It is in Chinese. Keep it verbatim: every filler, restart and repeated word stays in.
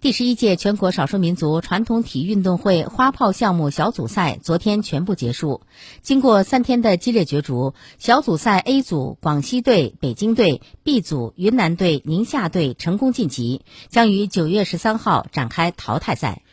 第十一届全国少数民族传统体育运动会花炮项目小组赛昨天全部结束。经过三天的激烈角逐，小组赛 A 组广西队、北京队 ，B 组云南队、宁夏队成功晋级，将于九月十三号展开淘汰赛。